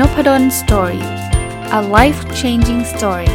Nopadon Story. A life-changing story.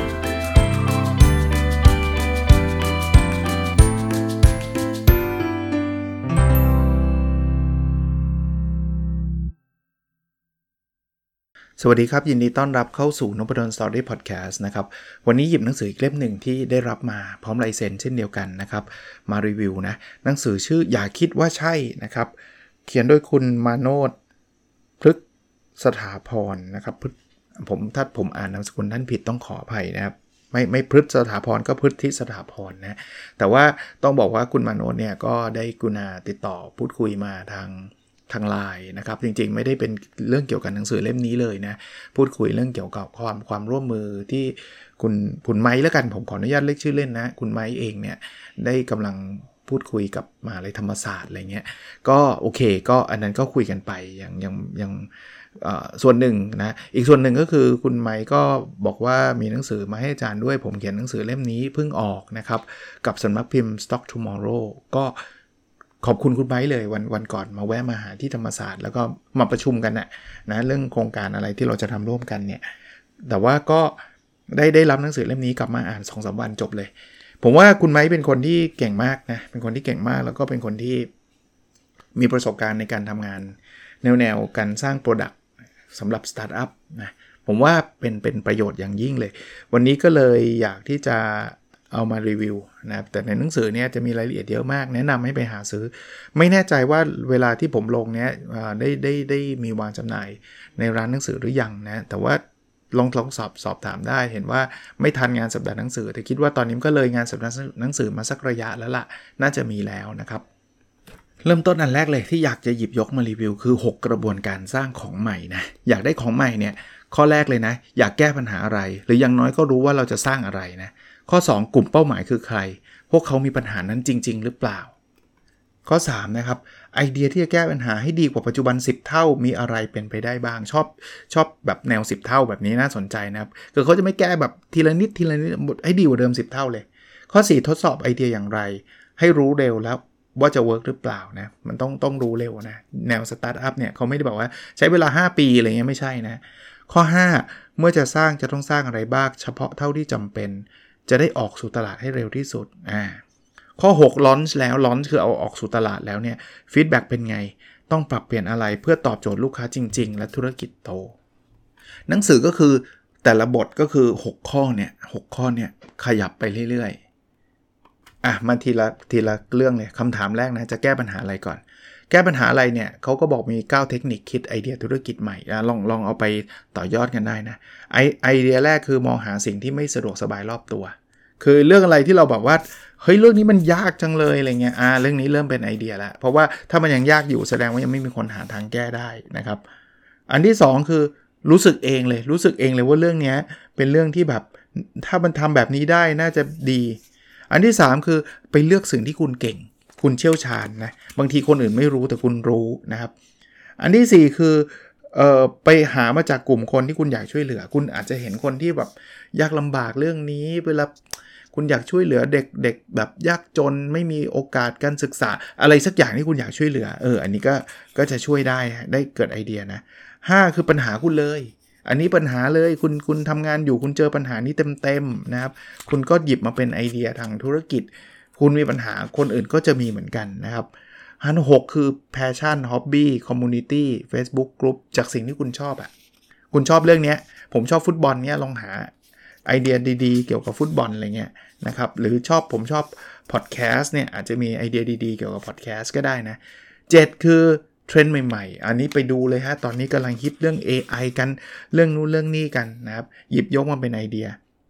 สวัสดีครับยินดีต้อนรับเข้าสู่ Nopadon Story Podcast นะครับวันนี้หยิบหนังสืออีกเล่มหนึ่งที่ได้รับมาพร้อมลายเซ็นเช่นเดียวกันนะครับมารีวิวนะหนังสือชื่ออย่าคิดว่าใช่นะครับเขียนโดยคุณมาโนชพฤกษ์สถาพรนะครับถ้าผมอ่านนามสกุลท่านผิดต้องขออภัยนะครับไม่พฤกษ์สถาพรก็พฤทธิสถาพรนะแต่ว่าต้องบอกว่าคุณมาโนชเนี่ยก็ได้กรุณาติดต่อพูดคุยมาทางไลน์นะครับจริงๆไม่ได้เป็นเรื่องเกี่ยวกับหนังสือเล่มนี้เลยนะพูดคุยเรื่องเกี่ยวกับความร่วมมือที่คุณไม้แล้วกันผมขออนุญาตเรียกชื่อเล่นนะคุณไม้เองเนี่ยได้กำลังพูดคุยกับมหาวิทยาลัยธรรมศาสตร์อะไรเงี้ยก็โอเคก็อันนั้นก็คุยกันไปอย่างส่วนหนึ่งนะอีกส่วนหนึ่งก็คือคุณไม้ก็บอกว่ามีหนังสือมาให้อาจารย์ด้วยผมเขียนหนังสือเล่มนี้เพิ่งออกนะครับกับสำนักพิมพ์ Stock Tomorrow ก็ขอบคุณคุณไบร์ทเลยวันก่อนมาแวะมาหาที่ธรรมศาสตร์แล้วก็มาประชุมกันนะเรื่องโครงการอะไรที่เราจะทำร่วมกันเนี่ยแต่ว่าก็ได้รับหนังสือเล่มนี้กลับมาอ่าน 2-3 วันจบเลยผมว่าคุณไบร์ทเป็นคนที่เก่งมากนะเป็นคนที่เก่งมากแล้วก็เป็นคนที่มีประสบการณ์ในการทำงานแนวการสร้าง Product สำหรับสตาร์ทอัพนะผมว่าเป็นประโยชน์อย่างยิ่งเลยวันนี้ก็เลยอยากที่จะเอามารีวิวนะครับแต่ในหนังสือเนี่ยจะมีรายละเอียดเยอะมากแนะนำให้ไปหาซื้อไม่แน่ใจว่าเวลาที่ผมลงเนี่ยได้มีวางจำหน่ายในร้านหนังสือหรือยังนะแต่ว่าลองสอบถามได้เห็นว่าไม่ทันงานสัปดาห์หนังสือแต่คิดว่าตอนนี้ก็เลยงานสัปดาห์หนังสือมาสักระยะแล้วล่ะน่าจะมีแล้วนะครับเริ่มต้นอันแรกเลยที่อยากจะหยิบยกมารีวิวคือ6กระบวนการสร้างของใหม่นะอยากได้ของใหม่เนี่ยข้อแรกเลยนะอยากแก้ปัญหาอะไรหรืออย่างน้อยก็รู้ว่าเราจะสร้างอะไรนะข้อ2กลุ่มเป้าหมายคือใครพวกเขามีปัญหานั้นจริงๆหรือเปล่าข้อ3นะครับไอเดียที่จะแก้ปัญหาให้ดีกว่าปัจจุบัน10เท่ามีอะไรเป็นไปได้บ้างชอบแบบแนว10เท่าแบบนี้น่าสนใจนะครับคือเขาจะไม่แก้แบบทีละนิดให้ดีกว่าเดิม10เท่าเลยข้อ4ทดสอบไอเดียอย่างไรให้รู้เร็วแล้วว่าจะเวิร์กหรือเปล่านะมันต้องรู้เร็วนะแนวสตาร์ทอัพเนี่ยเขาไม่ได้บอกว่าใช้เวลา5ปีอะไรเงี้ยไม่ใช่นะข้อ5เมื่อจะสร้างจะต้องสร้างอะไรบ้างเฉพาะเท่าที่จำเป็นจะได้ออกสู่ตลาดให้เร็วที่สุดข้อ6 launch แล้ว launch คือเอาออกสู่ตลาดแล้วเนี่ยฟีดแบ็กเป็นไงต้องปรับเปลี่ยนอะไรเพื่อตอบโจทย์ลูกค้าจริงๆและธุรกิจโตหนังสือก็คือแต่ละบทก็คือ6ข้อเนี่ยขยับไปเรื่อยๆมาทีละเรื่องเลยคำถามแรกนะจะแก้ปัญหาอะไรก่อนแก้ปัญหาอะไรเนี่ยเขาก็บอกมี9เทคนิคคิดไอเดียธุรกิจใหม่ลองเอาไปต่อยอดกันได้นะไอเดียแรกคือมองหาสิ่งที่ไม่สะดวกสบายรอบตัวคือเรื่องอะไรที่เราแบบว่าเฮ้ยเรื่องนี้มันยากจังเลยอะไรเงี้ยเรื่องนี้เริ่มเป็นไอเดียแล้วเพราะว่าถ้ามันยังยากอยู่แสดงว่ายังไม่มีคนหาทางแก้ได้นะครับอันที่2คือรู้สึกเองเลยว่าเรื่องนี้เป็นเรื่องที่แบบถ้ามันทำแบบนี้ได้น่าจะดีอันที่3คือไปเลือกสิ่งที่คุณเก่งคุณเชี่ยวชาญนะบางทีคนอื่นไม่รู้แต่คุณรู้นะครับอันที่4คือไปหามาจากกลุ่มคนที่คุณอยากช่วยเหลือคุณอาจจะเห็นคนที่แบบยากลำบากเรื่องนี้เวลาคุณอยากช่วยเหลือเด็กแบบยากจนไม่มีโอกาสการศึกษาอะไรสักอย่างที่คุณอยากช่วยเหลืออันนี้ก็จะช่วยได้เกิดไอเดียนะ5คือปัญหาคุณเลยอันนี้ปัญหาเลยคุณทำงานอยู่คุณเจอปัญหานี้เต็มๆนะครับคุณก็หยิบมาเป็นไอเดียทางธุรกิจคุณมีปัญหาคนอื่นก็จะมีเหมือนกันนะครับอัน6คือ passion hobby community Facebook group จากสิ่งที่คุณชอบคุณชอบเรื่องนี้ผมชอบฟุตบอลเนี้ยลองหาไอเดียดีๆเกี่ยวกับฟุตบอลอะไรเงี้ยนะครับหรือผมชอบพอดแคสต์เนี่ยอาจจะมีไอเดียดีๆเกี่ยวกับพอดแคสต์ก็ได้นะ7คือเทรนด์ใหม่ๆอันนี้ไปดูเลยฮะตอนนี้กำลังฮิตเรื่อง AI กันเรื่องนู้นเรื่องนี้กันนะครับหยิบยกมาเป็นไอเดีย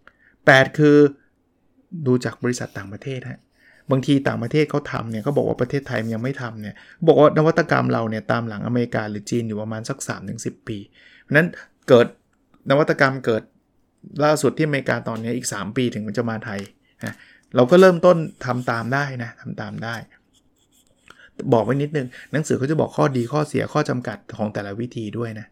8คือดูจากบริษัทต่างประเทศฮะบางทีต่างประเทศเขาทำเนี่ยเขาบอกว่าประเทศไทยยังไม่ทำเนี่ยบอกว่านวัตกรรมเราเนี่ยตามหลังอเมริกาหรือจีนอยู่ประมาณสัก 3-10 ปีเพราะนั้นเกิดนวัตกรรมเกิดล่าสุดที่อเมริกาตอนนี้อีก3ปีถึงมันจะมาไทยนะเราก็เริ่มต้นทำตามได้นะทำตามได้บอกไว้นิดนึงหนังสือเขาจะบอกข้อดีข้อเสียข้อจำกัดของแต่ละวิธีด้วยนะ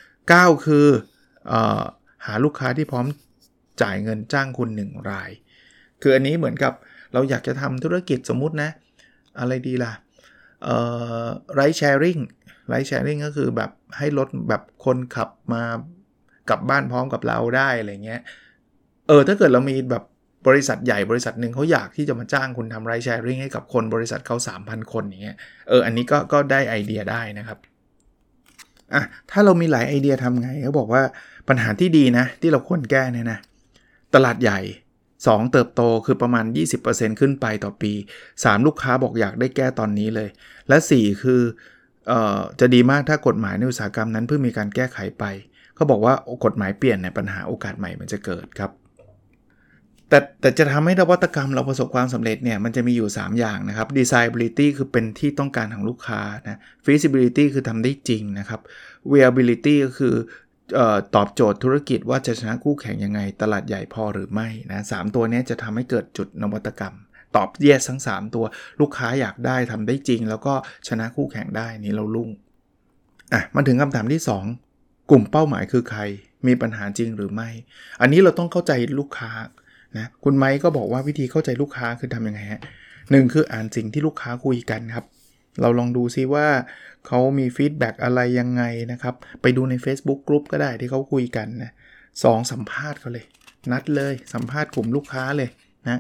9คือหาลูกค้าที่พร้อมจ่ายเงินจ้างคุณ1รายคืออันนี้เหมือนกับเราอยากจะทำธุรกิจสมมุตินะอะไรดีล่ะไรด์แชร์ริ่งก็คือแบบให้รถแบบคนขับมากลับบ้านพร้อมกับเราได้อะไรเงี้ยถ้าเกิดเรามีแบบบริษัทใหญ่บริษัทนึงเขาอยากที่จะมาจ้างคุณทำไรด์แชร์ริ่งให้กับคนบริษัทเขา 3,000 คนอย่างเงี้ยอันนี้ก็ได้ไอเดียได้นะครับถ้าเรามีหลายไอเดียทำไงเขาบอกว่าปัญหาที่ดีนะที่เราควรแก้เนี่ยนะตลาดใหญ่2เติบโตคือประมาณ 20% ขึ้นไปต่อปี3ลูกค้าบอกอยากได้แก้ตอนนี้เลยและ4คือจะดีมากถ้ากฎหมายในอุตสาหกรรมนั้นเพิ่งมีการแก้ไขไปเขาบอกว่ากฎหมายเปลี่ยนในปัญหาโอกาสใหม่มันจะเกิดครับแต่จะทำให้นวัตกรรมเราประสบความสำเร็จเนี่ยมันจะมีอยู่3อย่างนะครับ desirability คือเป็นที่ต้องการของลูกค้านะ feasibility คือทำได้จริงนะครับ viability ก็คือตอบโจทย์ธุรกิจว่าจะชนะคู่แข่งยังไงตลาดใหญ่พอหรือไม่นะ3ตัวนี้จะทำให้เกิดจุดนวัตกรรมตอบ yes ทั้ง3ตัวลูกค้าอยากได้ทำได้จริงแล้วก็ชนะคู่แข่งได้นี่เราลุ่งมาถึงคำถามที่2กลุ่มเป้าหมายคือใครมีปัญหาจริงหรือไม่อันนี้เราต้องเข้าใจลูกค้านะคุณไมค์ก็บอกว่าวิธีเข้าใจลูกค้าคือทำยังไงฮะ1คืออ่านสิ่งที่ลูกค้าคุยกันครับเราลองดูซิว่าเขามีฟีดแบ็กอะไรยังไงนะครับไปดูใน Facebook Group ก็ได้ที่เขาคุยกันนะ2สัมภาษณ์เขาเลยนัดเลยสัมภาษณ์กลุ่มลูกค้าเลยนะ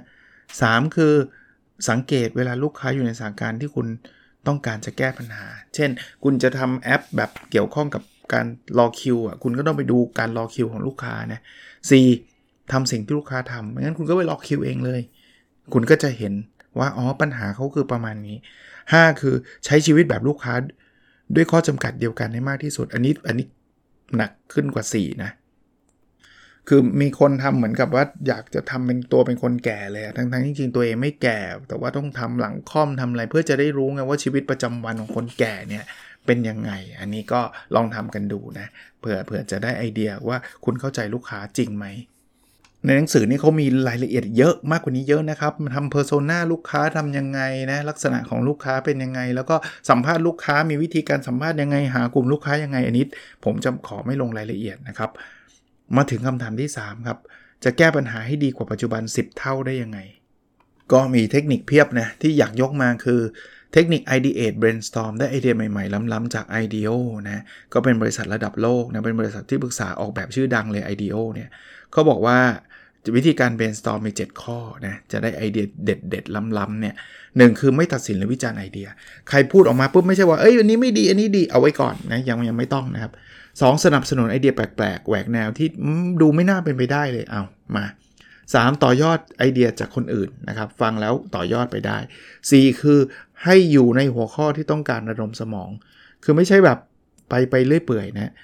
3คือสังเกตเวลาลูกค้าอยู่ในสถานการณ์ที่คุณต้องการจะแก้ปัญหาเช่นคุณจะทำแอปแบบเกี่ยวข้องกับการรอคิวคุณก็ต้องไปดูการรอคิวของลูกค้านะ4ทำสิ่งที่ลูกค้าทำไม่งั้นคุณก็ไปรอคิวเองเลยคุณก็จะเห็นว่าปัญหาเขาคือประมาณนี้5คือใช้ชีวิตแบบลูกค้าด้วยข้อจำกัดเดียวกันให้มากที่สุดอันนี้หนักขึ้นกว่า4นะคือมีคนทำเหมือนกับว่าอยากจะทำเป็นคนแก่เลยทั้งจริงๆตัวเองไม่แก่แต่ว่าต้องทำหลังค่อมทำอะไรเพื่อจะได้รู้ไงว่าชีวิตประจำวันของคนแก่เนี่ยเป็นยังไงอันนี้ก็ลองทำกันดูนะเผื่อจะได้ไอเดียว่าคุณเข้าใจลูกค้าจริงไหมในหนังสือนี่เขามีรายละเอียดเยอะมากกว่านี้เยอะนะครับทำเพอร์โซน่าลูกค้าทำยังไงนะลักษณะของลูกค้าเป็นยังไงแล้วก็สัมภาษณ์ลูกค้ามีวิธีการสัมภาษณ์ยังไงหากลุ่มลูกค้ายังไงอันนี้ผมจะขอไม่ลงรายละเอียดนะครับมาถึงคำถามที่3ครับจะแก้ปัญหาให้ดีกว่าปัจจุบัน10เท่าได้ยังไงก็มีเทคนิคเพียบนะที่อยากยกมาคือเทคนิค ideate brainstorm ได้ไอเดียใหม่ๆล้ำๆจาก IDEO นะก็เป็นบริษัทระดับโลกนะเป็นบริษัทที่ปรึกษาออกแบบชื่อดังเลย IDEO เนี่ยเขาบอกว่าวิธีการ brainstorm มี7ข้อนะจะได้ไอเดียเด็ดๆล้ำๆเนี่ย1คือไม่ตัดสินหรือวิจารณ์ไอเดียใครพูดออกมาปุ๊บไม่ใช่ว่าอันนี้ไม่ดีอันนี้ดีเอาไว้ก่อนนะยังไม่ต้องนะครับ2สนับสนุนไอเดียแปลกๆแหวกแนวที่ดูไม่น่าเป็นไปได้เลยเอามา3ต่อยอดไอเดียจากคนอื่นนะครับฟังแล้วต่อยอดไปได้4คือให้อยู่ในหัวข้อที่ต้องการระดมสมองคือไม่ใช่แบบไปเรื่อยเปื่อยนะ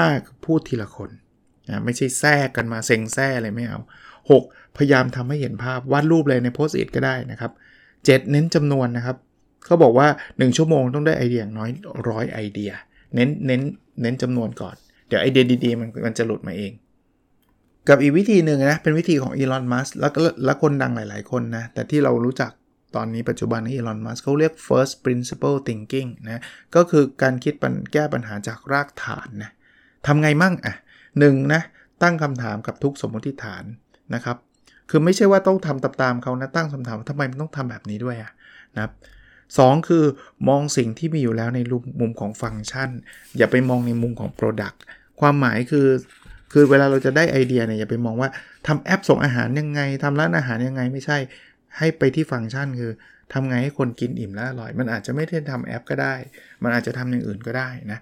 5พูดทีละคนนะไม่ใช่แทรกกันมาเซ็งแซ่อะไรไม่เอา6พยายามทำให้เห็นภาพวาดรูปเลยในโพสต์อิทก็ได้นะครับ7เน้นจำนวนนะครับเขาบอกว่า1ชั่วโมงต้องได้ไอเดียอย่างน้อย100ไอเดียเน้นจำนวนก่อนเดี๋ยวไอเดียดีๆมันจะหลุดมาเองกับอีกวิธีหนึ่งนะเป็นวิธีของอีลอนมัสก์และคนดังหลายๆคนนะแต่ที่เรารู้จักตอนนี้ปัจจุบันนี้อีลอนมัสก์เขาเรียก first principle thinking นะก็คือการคิดแก้ปัญหาจากรากฐานนะทำไงมั่ง1นะตั้งคำถามกับทุกสมมติฐานนะครับคือไม่ใช่ว่าต้องทำตามเขานะตั้งคำถามว่าทำไมมันต้องทำแบบนี้ด้วยนะครับ2คือมองสิ่งที่มีอยู่แล้วในมุมของฟังก์ชันอย่าไปมองในมุมของ Product ความหมายคือเวลาเราจะได้ไอเดียเนี่ยอย่าไปมองว่าทำแอปส่งอาหารยังไงทำร้านอาหารยังไงไม่ใช่ให้ไปที่ฟังก์ชันคือทำไงให้คนกินอิ่มและอร่อยมันอาจจะไม่ได้ทำแอปก็ได้มันอาจจะทำอย่างอื่นก็ได้นะ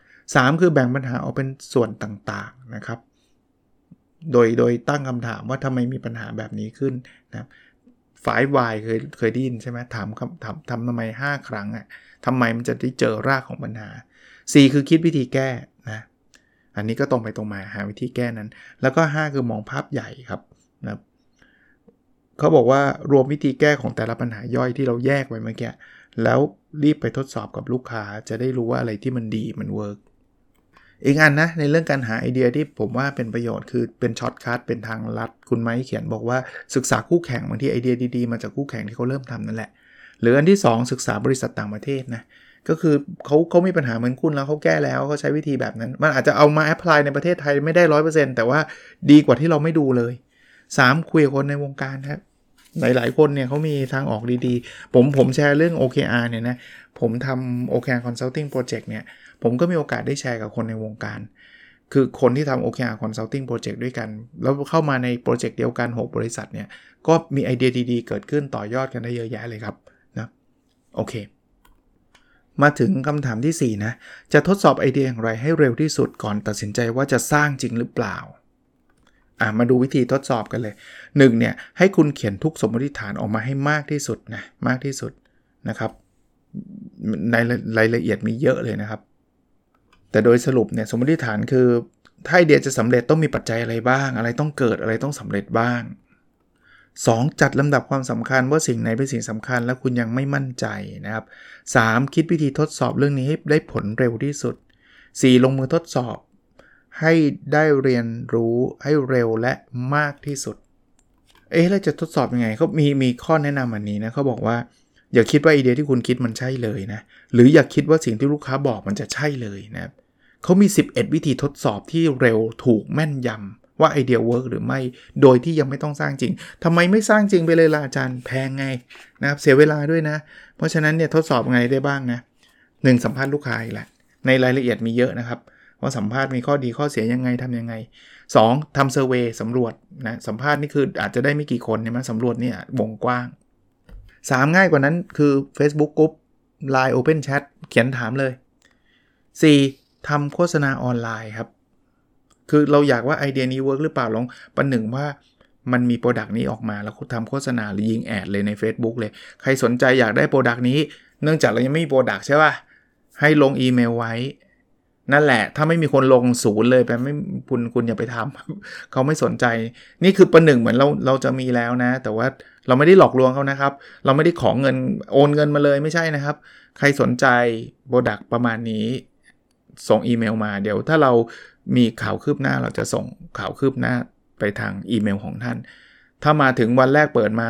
3คือแบ่งปัญหาออกเป็นส่วนต่างๆนะครับโดยตั้งคำถามว่าทำไมมีปัญหาแบบนี้ขึ้นนะ5 why เคยได้ยินใช่ไหมถามทำไม5ครั้งทำไมมันจะได้เจอรากของปัญหา4คือคิดวิธีแก้นะอันนี้ก็ตรงไปตรงมาหาวิธีแก้นั้นแล้วก็5คือมองภาพใหญ่ครับนะเขาบอกว่ารวมวิธีแก้ของแต่ละปัญหาย่อยที่เราแยกไว้เมื่อกี้แล้วรีบไปทดสอบกับลูกค้าจะได้รู้ว่าอะไรที่มันดีมันเวิร์กอีกอันนะในเรื่องการหาไอเดียที่ผมว่าเป็นประโยชน์คือเป็นช็อตคัทเป็นทางลัดคุณไมค์เขียนบอกว่าศึกษาคู่แข่งบางทีไอเดียดีๆมาจากคู่แข่งที่เขาเริ่มทำนั่นแหละหรืออันที่2ศึกษาบริษัทต่างประเทศนะก็คือเขามีปัญหาเหมือนคุณแล้วเขาแก้แล้วเขาใช้วิธีแบบนั้นมันอาจจะเอามาแอพพลายในประเทศไทยไม่ได้ 100% แต่ว่าดีกว่าที่เราไม่ดูเลย3คุยกับคนในวงการครับหลายๆคนเนี่ยเขามีทางออกดีๆผมแชร์เรื่อง OKR เนี่ยนะผมทำ OKR Consulting Project เนี่ยผมก็มีโอกาสได้แชร์กับคนในวงการคือคนที่ทำ OKR Consulting Project ด้วยกันแล้วเข้ามาในโปรเจกต์เดียวกัน6บริษัทเนี่ยก็มีไอเดียดีๆเกิดขึ้นต่อยอดกันได้เยอะแยะเลยครับนะโอเคมาถึงคำถามที่4นะจะทดสอบไอเดียอย่างไรให้เร็วที่สุดก่อนตัดสินใจว่าจะสร้างจริงหรือเปล่ามาดูวิธีทดสอบกันเลย1เนี่ยให้คุณเขียนทุกสมมติฐานออกมาให้มากที่สุดนะมากที่สุดนะครับในรายละเอียดมีเยอะเลยนะครับแต่โดยสรุปเนี่ยสมมติฐานคือถ้าไอเดียจะสำเร็จต้องมีปัจจัยอะไรบ้างอะไรต้องเกิดอะไรต้องสำเร็จบ้าง2จัดลำดับความสำคัญว่าสิ่งไหนเป็นสิ่งสำคัญแล้วคุณยังไม่มั่นใจนะครับ3คิดวิธีทดสอบเรื่องนี้ให้ได้ผลเร็วที่สุด4ลงมือทดสอบให้ได้เรียนรู้ให้เร็วและมากที่สุดแล้วจะทดสอบยังไงเขามีข้อแนะนำอันนี้นะเขาบอกว่าอย่าคิดว่าไอเดียที่คุณคิดมันใช่เลยนะหรืออย่าคิดว่าสิ่งที่ลูกค้าบอกมันจะใช่เลยนะครับเขามี11วิธีทดสอบที่เร็วถูกแม่นยำว่าไอเดียเวิร์กหรือไม่โดยที่ยังไม่ต้องสร้างจริงทำไมไม่สร้างจริงไปเลยล่ะอาจารย์แพงไงนะครับเสียเวลาด้วยนะเพราะฉะนั้นเนี่ยทดสอบไงได้บ้างนะ1สัมภาษณ์ลูกค้าอีกแหละในรายละเอียดมีเยอะนะครับว่าสัมภาษณ์มีข้อดีข้อเสียยังไงทำยังไง2ทำเซอร์เวย์สำรวจนะสัมภาษณ์นี่คืออาจจะได้ไม่กี่คนใช่ไหมสำรวจเนี่ยวงกว้าง3ง่ายกว่านั้นคือ Facebook Group Line Open Chat เขียนถามเลย4ทำโฆษณาออนไลน์ครับคือเราอยากว่าไอเดียนี้เวิร์กหรือเปล่าลองประหนึ่งว่ามันมีโปรดักต์นี้ออกมาแล้วทำโฆษณาหรือยิงแอดเลยใน Facebook เลยใครสนใจอยากได้โปรดักต์นี้เนื่องจากเรายังไม่มีโปรดักต์ใช่ป่ะให้ลงอีเมลไว้นั่นแหละถ้าไม่มีคนลงศูนย์เลยแปลไม่คุณอย่าไปทำเขาไม่สนใจนี่คือประหนึ่งเหมือนเราจะมีแล้วนะแต่ว่าเราไม่ได้หลอกลวงเขานะครับเราไม่ได้ขอเงินโอนเงินมาเลยไม่ใช่นะครับใครสนใจโปรดักต์ประมาณนี้ส่งอีเมลมาเดี๋ยวถ้าเรามีข่าวคืบหน้าเราจะส่งข่าวคืบหน้าไปทางอีเมลของท่านถ้ามาถึงวันแรกเปิดมา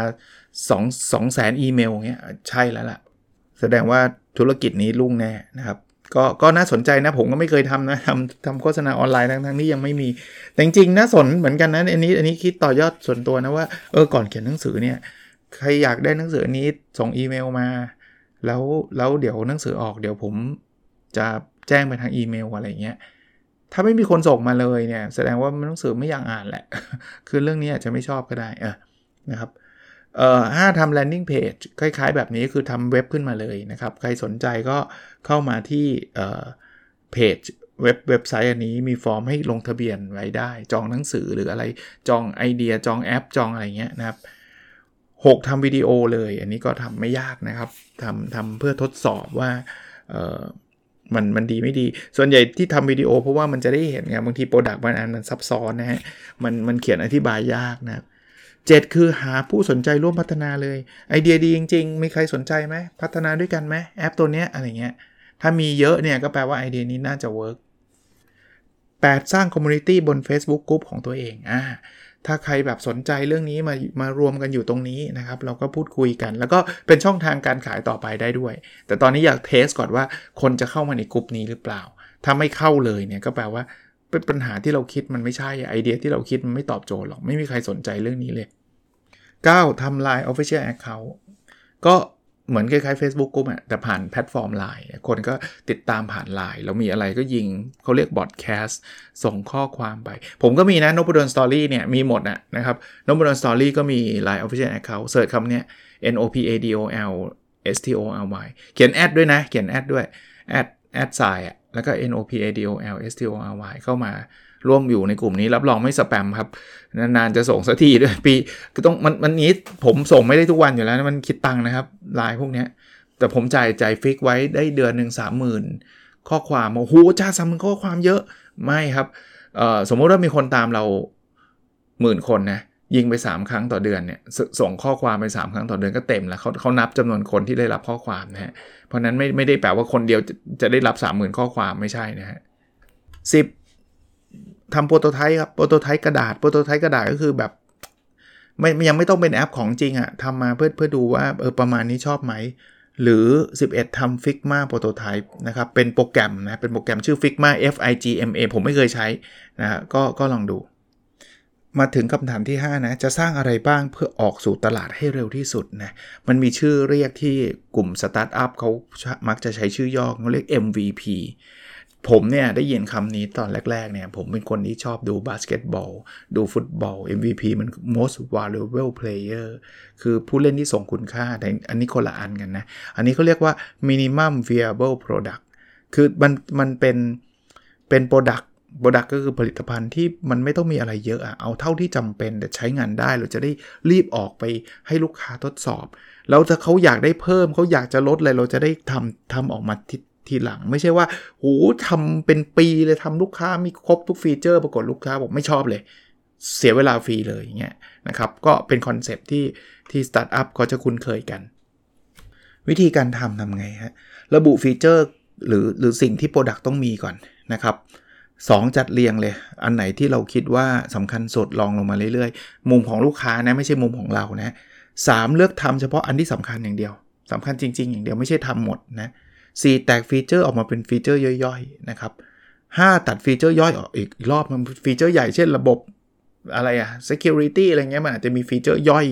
200,000อีเมลเงี้ยใช่แล้วล่ะแสดงว่าธุรกิจนี้รุ่งแน่นะครับก็น่าสนใจนะผมก็ไม่เคยทำนะทำโฆษณาออนไลน์ทั้งนี้ยังไม่มีแต่จริงๆน่าสนเหมือนกันนะอันนี้คิดต่อยอดส่วนตัวนะว่าก่อนเขียนหนังสือเนี่ยใครอยากได้หนังสือนี้ส่งอีเมลมาแล้วเดี๋ยวหนังสือออกเดี๋ยวผมจะแจ้งไปทางอีเมลอะไรเงี้ยถ้าไม่มีคนส่งมาเลยเนี่ยแสดงว่าหนังสือไม่อยากอ่านแหละ คือเรื่องนี้อาจจะไม่ชอบก็ได้นะครับ5ทำ landing page คล้ายๆแบบนี้คือทำเว็บขึ้นมาเลยนะครับใครสนใจก็เข้ามาที่เพจเว็บไซต์อันนี้มีฟอร์มให้ลงทะเบียนไว้ได้จองหนังสือหรืออะไรจองไอเดียจองแอปจองอะไรเงี้ยนะครับ6ทำวิดีโอเลยอันนี้ก็ทำไม่ยากนะครับทำเพื่อทดสอบว่ามันดีไม่ดีส่วนใหญ่ที่ทำวิดีโอเพราะว่ามันจะได้เห็นไงบางทีโปรดักต์มันซับซ้อนนะฮะมันเขียนอธิบายยากนะครับ7คือหาผู้สนใจร่วมพัฒนาเลยไอเดียดีจริงๆมีใครสนใจไหมพัฒนาด้วยกันไหมแอปตัวเนี้ยอะไรเงี้ยถ้ามีเยอะเนี่ยก็แปลว่าไอเดียนี้น่าจะเวิร์ก8สร้างคอมมูนิตี้บน Facebook Group ของตัวเองถ้าใครแบบสนใจเรื่องนี้มารวมกันอยู่ตรงนี้นะครับเราก็พูดคุยกันแล้วก็เป็นช่องทางการขายต่อไปได้ด้วยแต่ตอนนี้อยากเทสก่อนว่าคนจะเข้ามาในกลุ่มนี้หรือเปล่าถ้าไม่เข้าเลยเนี่ยก็แปลว่าเป็นปัญหาที่เราคิดมันไม่ใช่ไอเดียที่เราคิดมันไม่ตอบโจทย์หรอกไม่มีใครสนใจเรื่องนี้เลย9ทำ Line Official Account ก็เหมือนคล้ายๆ Facebook Group แต่ผ่านแพลตฟอร์ม Line คนก็ติดตามผ่าน Line แล้วมีอะไรก็ยิงเขาเรียกบอดแคสต์ส่งข้อความไปผมก็มีนะ Nopodon Story เนี่ยมีหมดนะครับ Nopodon Story ก็มี Line Official Account เสิร์ชคำเนี้ย NOPADOL STORY เขียนแอดด้วยนะเขียนแอดด้วยแอดไซน์แล้วก็ NOPADOL STORY เข้ามาร่วมอยู่ในกลุ่มนี้รับรองไม่สแปมครับนานๆจะส่งสักทีด้วยปีก็ต้องมันนี้ผมส่งไม่ได้ทุกวันอยู่แล้วมันคิดตังค์นะครับไลน์พวกนี้แต่ผมจ่ายฟิกไว้ได้เดือนนึง 30,000 ข้อความโอ้โหจ้า 30,000 ข้อความเยอะไม่ครับสมมติว่ามีคนตามเรา 10,000 คนนะยิงไป3ครั้งต่อเดือนเนี่ยส่งข้อความไป3ครั้งต่อเดือนก็เต็มแล้วเขานับจำนวนคนที่ได้รับข้อความนะฮะเพราะนั้นไม่ได้แปลว่าคนเดียวจะได้รับ 30,000 ข้อความไม่ใช่นะฮะ10ทำโปรโตไทป์ครับโปรโตไทป์กระดาษก็คือแบบยังไม่ต้องเป็นแอปของจริงทำมาเพื่อดูว่าประมาณนี้ชอบไหมหรือ11ทำ Figma Prototype นะครับเป็นโปรแกรมชื่อ Figma FIGMA ผมไม่เคยใช้นะก็ลองดูมาถึงคำถามที่5นะจะสร้างอะไรบ้างเพื่อออกสู่ตลาดให้เร็วที่สุดนะมันมีชื่อเรียกที่กลุ่มสตาร์ทอัพเขามักจะใช้ชื่อย่อเขาเรียก MVP ผมเนี่ยได้ยินคำนี้ตอนแรกๆเนี่ยผมเป็นคนที่ชอบดูบาสเกตบอลดูฟุตบอล MVP มัน most valuable player คือผู้เล่นที่ส่งคุณค่าแต่อันนี้คนละอันกันนะอันนี้เขาเรียกว่า minimum viable product คือมันเป็น product ก็คือผลิตภัณฑ์ที่มันไม่ต้องมีอะไรเยอะเอาเท่าที่จำเป็นแต่ใช้งานได้เราจะได้รีบออกไปให้ลูกค้าทดสอบแล้วถ้าเขาอยากได้เพิ่มเขาอยากจะลดอะไรเราจะได้ทำออกมาทีหลังไม่ใช่ว่าโหทำเป็นปีเลยทำลูกค้ามีครบทุกฟีเจอร์ปรากฏลูกค้าบอกไม่ชอบเลยเสียเวลาฟรีเลยอย่างเงี้ยนะครับก็เป็นคอนเซปต์ที่สตาร์ทอัพก็จะคุ้นเคยกันวิธีการทำไงฮะระบุฟีเจอร์หรือสิ่งที่ Product ต้องมีก่อนนะครับ2จัดเรียงเลยอันไหนที่เราคิดว่าสำคัญสุดลองลงมาเรื่อยๆมุมของลูกค้านะไม่ใช่มุมของเรานะ3เลือกทำเฉพาะอันที่สำคัญอย่างเดียวสำคัญจริงๆอย่างเดียวไม่ใช่ทำหมดนะ4แตกฟีเจอร์ออกมาเป็นฟีเจอร์ย่อยๆนะครับ5ตัดฟีเจอร์ย่อยออกอีกรอบมันฟีเจอร์ใหญ่เช่นระบบอะไรsecurity อะไรเงี้ยมันอาจจะมีฟีเจอร์ย่อย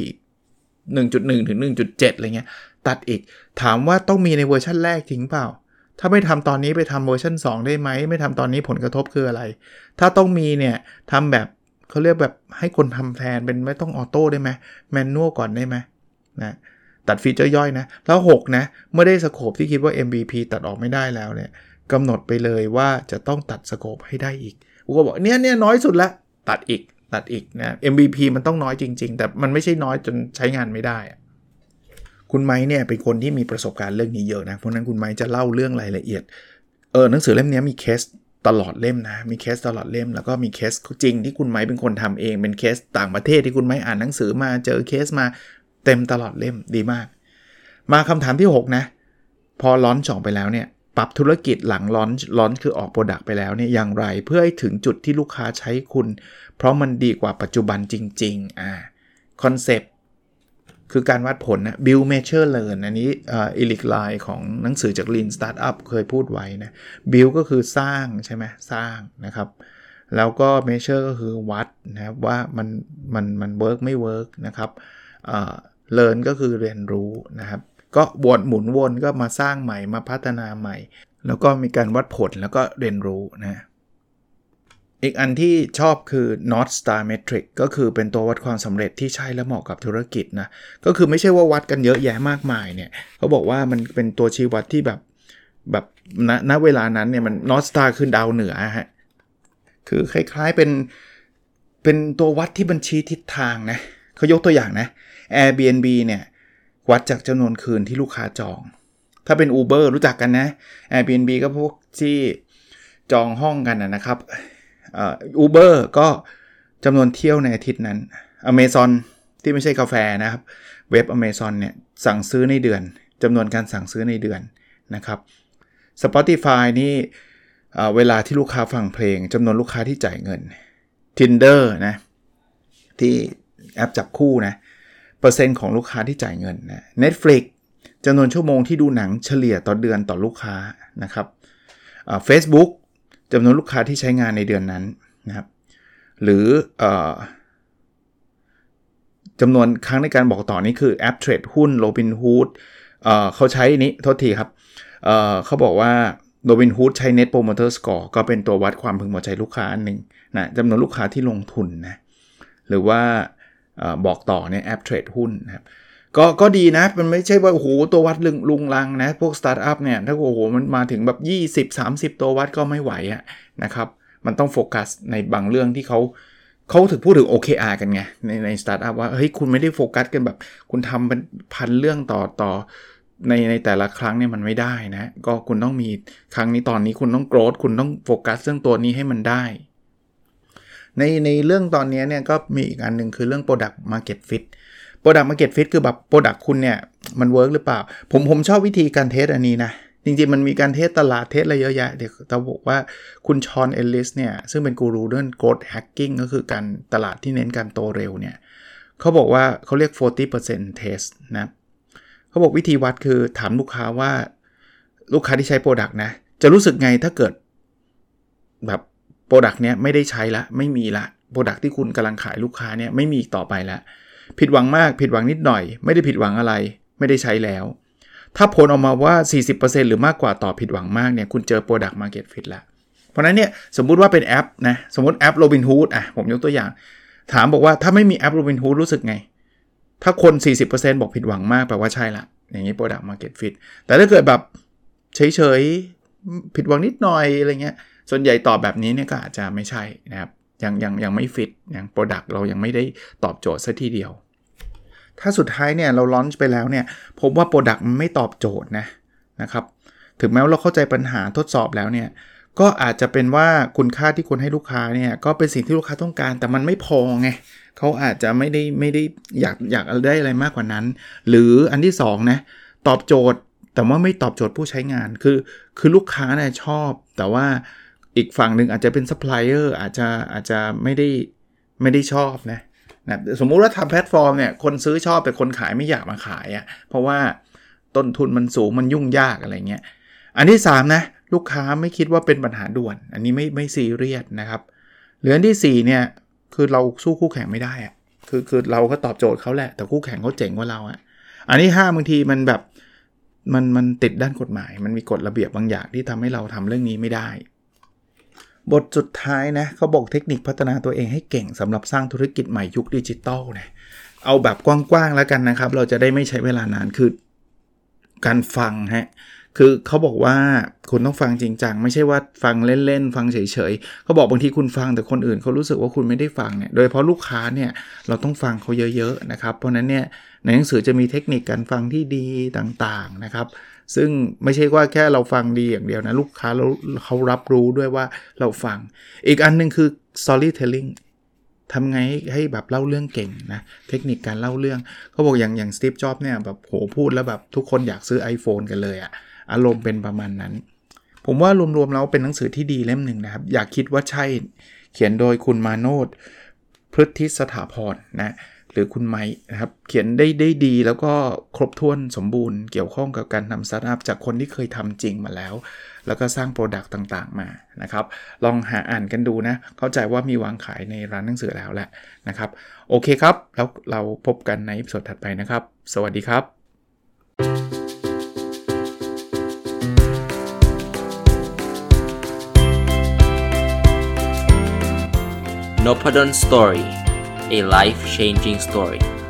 1.1 ถึง 1.7 อะไรเงี้ยตัดอีกถามว่าต้องมีในเวอร์ชันแรกจริงเปล่าถ้าไม่ทำตอนนี้ไปทำเวอร์ชัน2ได้ไหมไม่ทำตอนนี้ผลกระทบคืออะไรถ้าต้องมีเนี่ยทำแบบเขาเรียกแบบให้คนทำแทนเป็นไม่ต้องออโต้ได้ไหมแมนนวลก่อนได้ไหมนะตัดฟีเจอร์ย่อยนะแล้ว6นะเมื่อได้สโคปที่คิดว่า MVP ตัดออกไม่ได้แล้วเนี่ยกำหนดไปเลยว่าจะต้องตัดสโคปให้ได้อีกกูก็บอกเนี่ยน้อยสุดละตัดอีกนะ MVP มันต้องน้อยจริงๆแต่มันไม่ใช่น้อยจนใช้งานไม่ได้คุณไม้เนี่ยเป็นคนที่มีประสบการณ์เรื่องนี้เยอะนะเพราะนั้นคุณไม้จะเล่าเรื่องรายละเอียดหนังสือเล่มนี้มีเคสตลอดเล่มนะมีเคสตลอดเล่มแล้วก็มีเคสจริงที่คุณไม้เป็นคนทำเองเป็นเคสต่างประเทศที่คุณไม้อ่านหนังสือมาเจอเคสมาเต็มตลอดเล่มดีมากมาคำถามที่6นะพอลอนช์ออกไปแล้วเนี่ยปรับธุรกิจหลังลอนช์คือออกโปรดักต์ไปแล้วเนี่ยอย่างไรเพื่อให้ถึงจุดที่ลูกค้าใช้คุณเพราะมันดีกว่าปัจจุบันจริงๆคอนเซปต์คือการวัดผลนะ build measure learn อันนี้Eric Lies ของหนังสือจาก Lean Startup เคยพูดไว้นะ build ก็คือสร้างใช่ไหมสร้างนะครับแล้วก็ measure ก็คือวัดนะครับว่ามัน work ไม่ work นะครับlearn ก็คือเรียนรู้นะครับก็หมุนวนก็มาสร้างใหม่มาพัฒนาใหม่แล้วก็มีการวัดผลแล้วก็เรียนรู้นะอีกอันที่ชอบคือ North Star Metric ก็คือเป็นตัววัดความสำเร็จที่ใช่และเหมาะกับธุรกิจนะก็คือไม่ใช่ว่าวัดกันเยอะแยะมากมายเนี่ยเขาบอกว่ามันเป็นตัวชี้วัดที่แบบณเวลานั้นเนี่ยมัน North Star คือดาวเหนือฮะคือคล้ายๆเป็นตัววัดที่บัญชีทิศทางนะเขายกตัวอย่างนะ Airbnb เนี่ยวัดจากจำนวนคืนที่ลูกค้าจองถ้าเป็น Uber รู้จักกันนะ Airbnb ก็พวกที่จองห้องกันนะครับUber ก็จำนวนเที่ยวในอาทิตย์นั้น Amazon ที่ไม่ใช่กาแฟนะครับเว็บ Amazon เนี่ยสั่งซื้อในเดือนจำนวนการสั่งซื้อในเดือนนะครับ Spotify นี่เวลาที่ลูกค้าฟังเพลงจำนวนลูกค้าที่จ่ายเงิน Tinder นะที่แอปจับคู่นะเปอร์เซ็นต์ของลูกค้าที่จ่ายเงินนะ Netflix จำนวนชั่วโมงที่ดูหนังเฉลี่ยต่อเดือนต่อลูกค้านะครับFacebookจำนวนลูกค้าที่ใช้งานในเดือนนั้นนะครับหรือจำนวนครั้งในการบอกต่อนี้คือแอปเทรดหุ้น Robinhood เขาใช้นี้โทษทีครับเขาบอกว่า Robinhood ใช้ Net Promoter Score ก็เป็นตัววัดความพึงพอใจลูกค้าอันหนึ่งนะจำนวนลูกค้าที่ลงทุนนะหรือว่าบอกต่อเนี่ยแอปเทรดหุ้นนะครับก็ดีนะมันไม่ใช่ว่าโอ้โหตัววัดลุงลังนะพวกสตาร์ทอัพเนี่ยถ้าโอ้โหมันมาถึงแบบ20-30ตัววัดก็ไม่ไหวนะครับมันต้องโฟกัสในบางเรื่องที่เขาถึงพูดถึง OKR กันไงในสตาร์ทอัพว่าเฮ้ยคุณไม่ได้โฟกัสกันแบบคุณทำเป็นพันเรื่องต่อในแต่ละครั้งเนี่ยมันไม่ได้นะก็คุณต้องมีครั้งนี้ตอนนี้คุณต้องโกรธคุณต้องโฟกัสเรื่องตัวนี้ให้มันได้ในเรื่องตอนนี้เนี่ยก็มีอีกอันนึงคือเรื่อง Product Market Fit Product Market Fit คือแบบ Product คุณเนี่ยมันเวิร์กหรือเปล่าผมชอบวิธีการเทสอันนี้นะจริงๆมันมีการเทสตลาดเทสอะไรเยอะแยะเดี๋ยวจะบอกว่าคุณชอนเอลลิสเนี่ยซึ่งเป็นกูรูเรื่อง growth hacking ก็คือการตลาดที่เน้นการโตเร็วเนี่ยเขาบอกว่าเขาเรียก 40% test นะเขาบอกวิธีวัดคือถามลูกค้าว่าลูกค้าที่ใช้ Product นะจะรู้สึกไงถ้าเกิดแบบ Product เนี้ยไม่ได้ใช้ละไม่มีละ product ที่คุณกำลังขายลูกค้าเนี่ยไม่มีอีกต่อไปแล้วผิดหวังมากผิดหวังนิดหน่อยไม่ได้ผิดหวังอะไรไม่ได้ใช้แล้วถ้าผลออกมาว่า 40% หรือมากกว่าต่อผิดหวังมากเนี่ยคุณเจอ product market fit แล้วเพราะนั้นเนี่ยสมมุติว่าเป็นแอปนะสมมุติแอป Robinhood ผมยกตัวอย่างถามบอกว่าถ้าไม่มีแอป Robinhood รู้สึกไงถ้าคน 40% บอกผิดหวังมากแปลว่าใช่ละอย่างนี้ product market fit แต่ถ้าเกิดแบบเฉยๆผิดหวังนิดหน่อยอะไรเงี้ยส่วนใหญ่ตอบแบบนี้เนี่ยก็อาจจะไม่ใช่นะครับยังไม่ฟิตอย่าง product เรายังไม่ได้ตอบโจทย์ซะทีเดียวถ้าสุดท้ายเนี่ยเราลอนช์ไปแล้วเนี่ยพบว่า product มันไม่ตอบโจทย์นะครับถึงแม้ว่าเราเข้าใจปัญหาทดสอบแล้วเนี่ยก็อาจจะเป็นว่าคุณค่าที่คุณให้ลูกค้าเนี่ยก็เป็นสิ่งที่ลูกค้าต้องการแต่มันไม่พอไงเขาอาจจะไม่ได้อยากได้อะไรมากกว่านั้นหรืออันที่2นะตอบโจทย์แต่ว่าไม่ตอบโจทย์ผู้ใช้งานคือลูกค้าเนี่ยชอบแต่ว่าอีกฝั่งนึงอาจจะเป็นซัพพลายเออร์อาจจะไม่ได้ชอบนะสมมุติว่าทำแพลตฟอร์มเนี่ยคนซื้อชอบแต่คนขายไม่อยากมาขายเพราะว่าต้นทุนมันสูงมันยุ่งยากอะไรเงี้ยอันที่3นะลูกค้าไม่คิดว่าเป็นปัญหาด่วนอันนี้ไม่ซีเรียสนะครับหรืออันที่4เนี่ยคือเราสู้คู่แข่งไม่ได้คือเราก็ตอบโจทย์เขาแหละแต่คู่แข่งเขาเจ๋งกว่าเราอันที่5บางทีมันแบบมันติดด้านกฎหมายมันมีกฎระเบียบบางอย่างที่ทำให้เราทำเรื่องนี้ไม่ได้บทสุดท้ายนะเขาบอกเทคนิคพัฒนาตัวเองให้เก่งสำหรับสร้างธุรกิจใหม่ยุคดิจิตอลนะเอาแบบกว้างๆแล้วกันนะครับเราจะได้ไม่ใช้เวลานานคือการฟังคือเขาบอกว่าคุณต้องฟังจริงจังไม่ใช่ว่าฟังเล่นๆฟังเฉยๆเขาบอกบางทีคุณฟังแต่คนอื่นเขารู้สึกว่าคุณไม่ได้ฟังเนี่ยโดยเฉพาะลูกค้าเนี่ยเราต้องฟังเขาเยอะๆนะครับเพราะนั้นเนี่ยในหนังสือจะมีเทคนิคการฟังที่ดีต่างๆนะครับซึ่งไม่ใช่ว่าแค่เราฟังดีอย่างเดียวนะลูกค้าเขารับรู้ด้วยว่าเราฟังอีกอันนึงคือ storytelling ทำไงให้แบบเล่าเรื่องเก่งนะเทคนิคการเล่าเรื่องเขาบอกอย่างสตีฟจ็อบส์เนี่ยแบบโหพูดแล้วแบบทุกคนอยากซื้อ iPhone กันเลยอารมณ์เป็นประมาณนั้นผมว่ารวมๆแล้วเป็นหนังสือที่ดีเล่มหนึ่งนะครับอยากคิดว่าใช่เขียนโดยคุณมาโนช พฤทธิสถาพรนะหรือคุณไมค์นะครับเขียนได้ดีแล้วก็ครบถ้วนสมบูรณ์เกี่ยวข้องกับการทำสตาร์ทอัพจากคนที่เคยทำจริงมาแล้วแล้วก็สร้างโปรดักต์ต่างๆมานะครับลองหาอ่านกันดูนะเข้าใจว่ามีวางขายในร้านหนังสือแล้วแหละนะครับโอเคครับแล้วเราพบกันในอีพิโซดถัดไปนะครับสวัสดีครับ Nopadon Story, a life-changing story.